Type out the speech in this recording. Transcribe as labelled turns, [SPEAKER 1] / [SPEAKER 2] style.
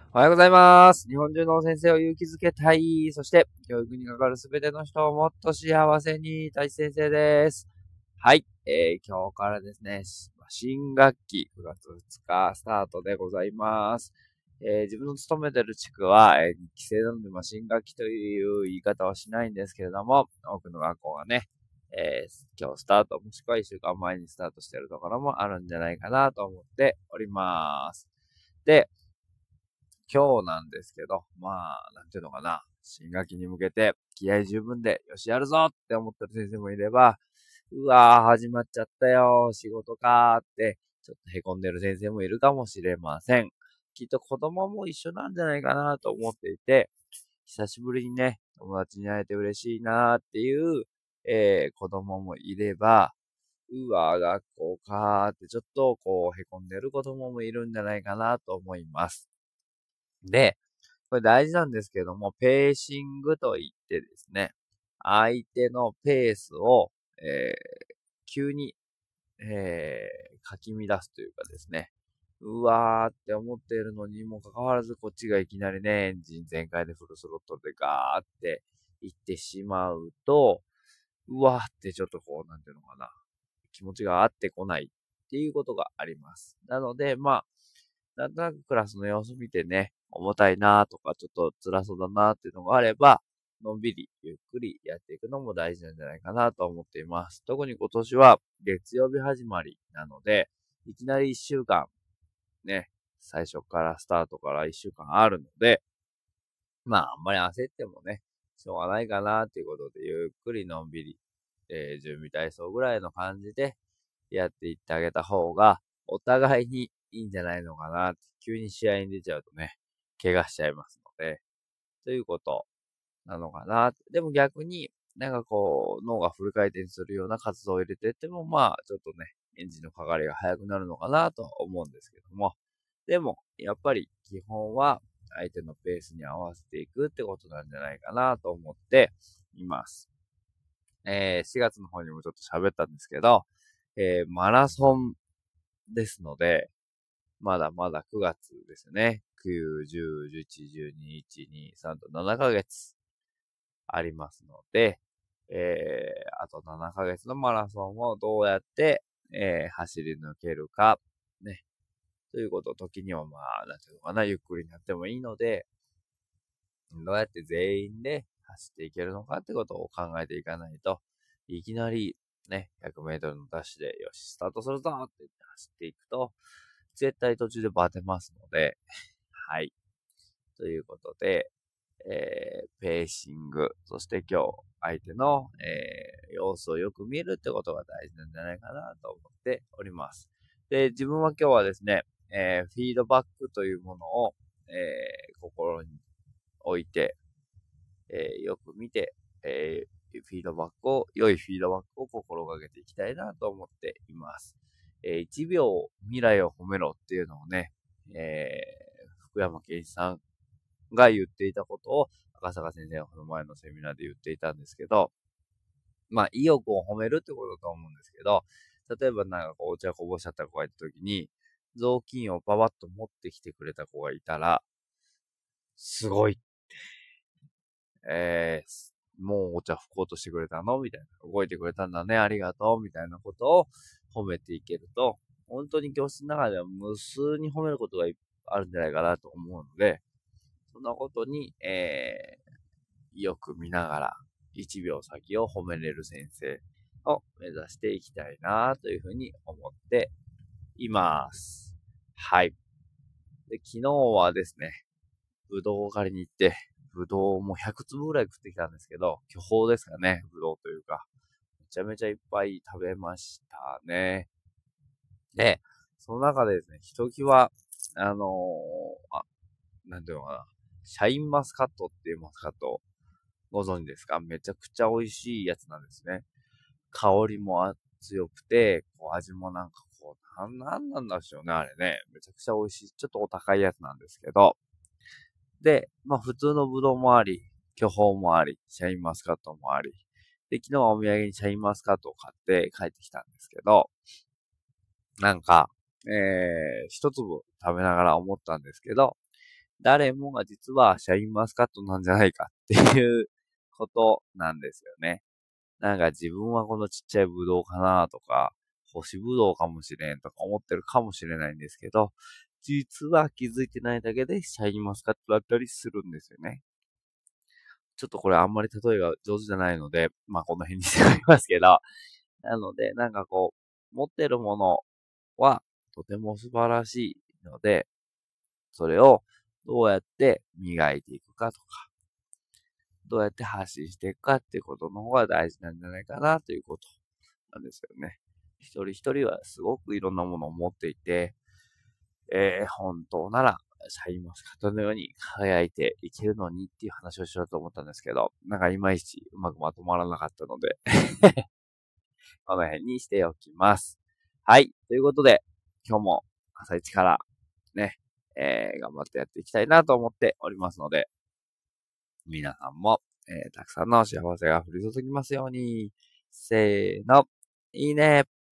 [SPEAKER 1] おはようございます。日本中の先生を勇気づけたい。そして、教育に関わるすべての人をもっと幸せに、大地先生です。はい。今日からですね、新学期9月2日スタートでございます。自分の勤めている地区は、2期生なので、新学期という言い方はしないんですけれども、多くの学校がね、今日スタート、もしくは1週間前にスタートしているところもあるんじゃないかなと思っております。で、今日なんですけど、なんていうのかな。新学期に向けて気合十分で、よしやるぞって思ってる先生もいれば、うわー始まっちゃったよ、仕事かーって、ちょっと凹んでる先生もいるかもしれません。きっと子供も一緒なんじゃないかなと思っていて、久しぶりにね、友達に会えて嬉しいなーっていう、子供もいれば、うわー学校かーってちょっと凹んでる子供もいるんじゃないかなと思います。で、これ大事なんですけども、ペーシングと言ってですね、相手のペースを、急に、かき乱すというかですね、うわーって思っているのにもかかわらず、こっちがいきなりね、エンジン全開でフルスロットルでガーって行ってしまうと、うわーってちょっとなんていうのかな、気持ちが合ってこないっていうことがあります。なので、なんとなくクラスの様子見てね、重たいなとか、ちょっと辛そうだなっていうのがあれば、のんびり、ゆっくりやっていくのも大事なんじゃないかなと思っています。特に今年は月曜日始まりなので、いきなり1週間、ね、最初からスタートから1週間あるので、あんまり焦ってもね、しょうがないかなっていうことで、ゆっくりのんびり、準備体操ぐらいの感じでやっていってあげた方が、お互いにいいんじゃないのかなって、急に試合に出ちゃうとね、怪我しちゃいますので、ということなのかな。でも逆に、脳がフル回転するような活動を入れていっても、ちょっとね、エンジンのかかりが速くなるのかなと思うんですけども。でも、やっぱり基本は相手のペースに合わせていくってことなんじゃないかなと思っています。4月の方にもちょっと喋ったんですけど、マラソンですので、まだまだ9月ですね。9、10、11、12、1、2、3と7ヶ月ありますので、あと7ヶ月のマラソンをどうやって、走り抜けるか、ね。ということ、時にはなんていうのかな、ゆっくりになってもいいので、どうやって全員で走っていけるのかってことを考えていかないと、いきなりね、100メートルのダッシュで、よし、スタートするぞって言って走っていくと、絶対途中でバテますので、はい。ということで、ペーシング、そして今日、相手の、様子をよく見るってことが大事なんじゃないかなと思っております。で、自分は今日はですね、フィードバックというものを、心に置いて、よく見て、良いフィードバックを心がけていきたいなと思っています。1秒未来を褒めろっていうのをね、福山健一さんが言っていたことを、赤坂先生がこの前のセミナーで言っていたんですけど、意欲を褒めるってことだと思うんですけど、例えばお茶こぼしちゃった子がいたときに、雑巾をパパッと持ってきてくれた子がいたら、すごい、もうお茶拭こうとしてくれたのみたいな。動いてくれたんだね、ありがとうみたいなことを褒めていけると、本当に教室の中では無数に褒めることがあるんじゃないかなと思うので、そんなことに、よく見ながら、1秒先を褒めれる先生を目指していきたいなというふうに思っています。はい。で、昨日はですね、ぶどうを借りに行って、ぶどうも100粒ぐらい食ってきたんですけど、巨峰ですかね、ぶどうというか。めちゃめちゃいっぱい食べましたね。で、その中でですね、ひときわ、あのなんていうのかな、シャインマスカットっていうマスカットご存知ですか？めちゃくちゃ美味しいやつなんですね。香りも強くて、味もなんなんでしょうね、あれね。めちゃくちゃ美味しい。ちょっとお高いやつなんですけど。で、普通のブドウもあり、巨峰もあり、シャインマスカットもあり。で、昨日はお土産にシャインマスカットを買って帰ってきたんですけど、なんか、一粒食べながら思ったんですけど、 誰もが実はシャインマスカットなんじゃないかっていうことなんですよね。なんか自分はこのちっちゃいブドウかなとか、干しブドウかもしれんとか思ってるかもしれないんですけど、実は気づいてないだけでシャインマスカットだったりするんですよね。ちょっとこれあんまり例えが上手じゃないので、この辺にしておりますけど、なので、持ってるものはとても素晴らしいので、それをどうやって磨いていくかとか、どうやって発信していくかっていうことの方が大事なんじゃないかなということなんですよね。一人一人はすごくいろんなものを持っていて、本当なら、シャインマスカットのように輝いていけるのにっていう話をしようと思ったんですけど、いまいちうまくまとまらなかったのでこの辺にしておきます。はい。ということで、今日も朝一からね、頑張ってやっていきたいなと思っておりますので、皆さんも、たくさんの幸せが降り注ぎますように。せーの。いいね。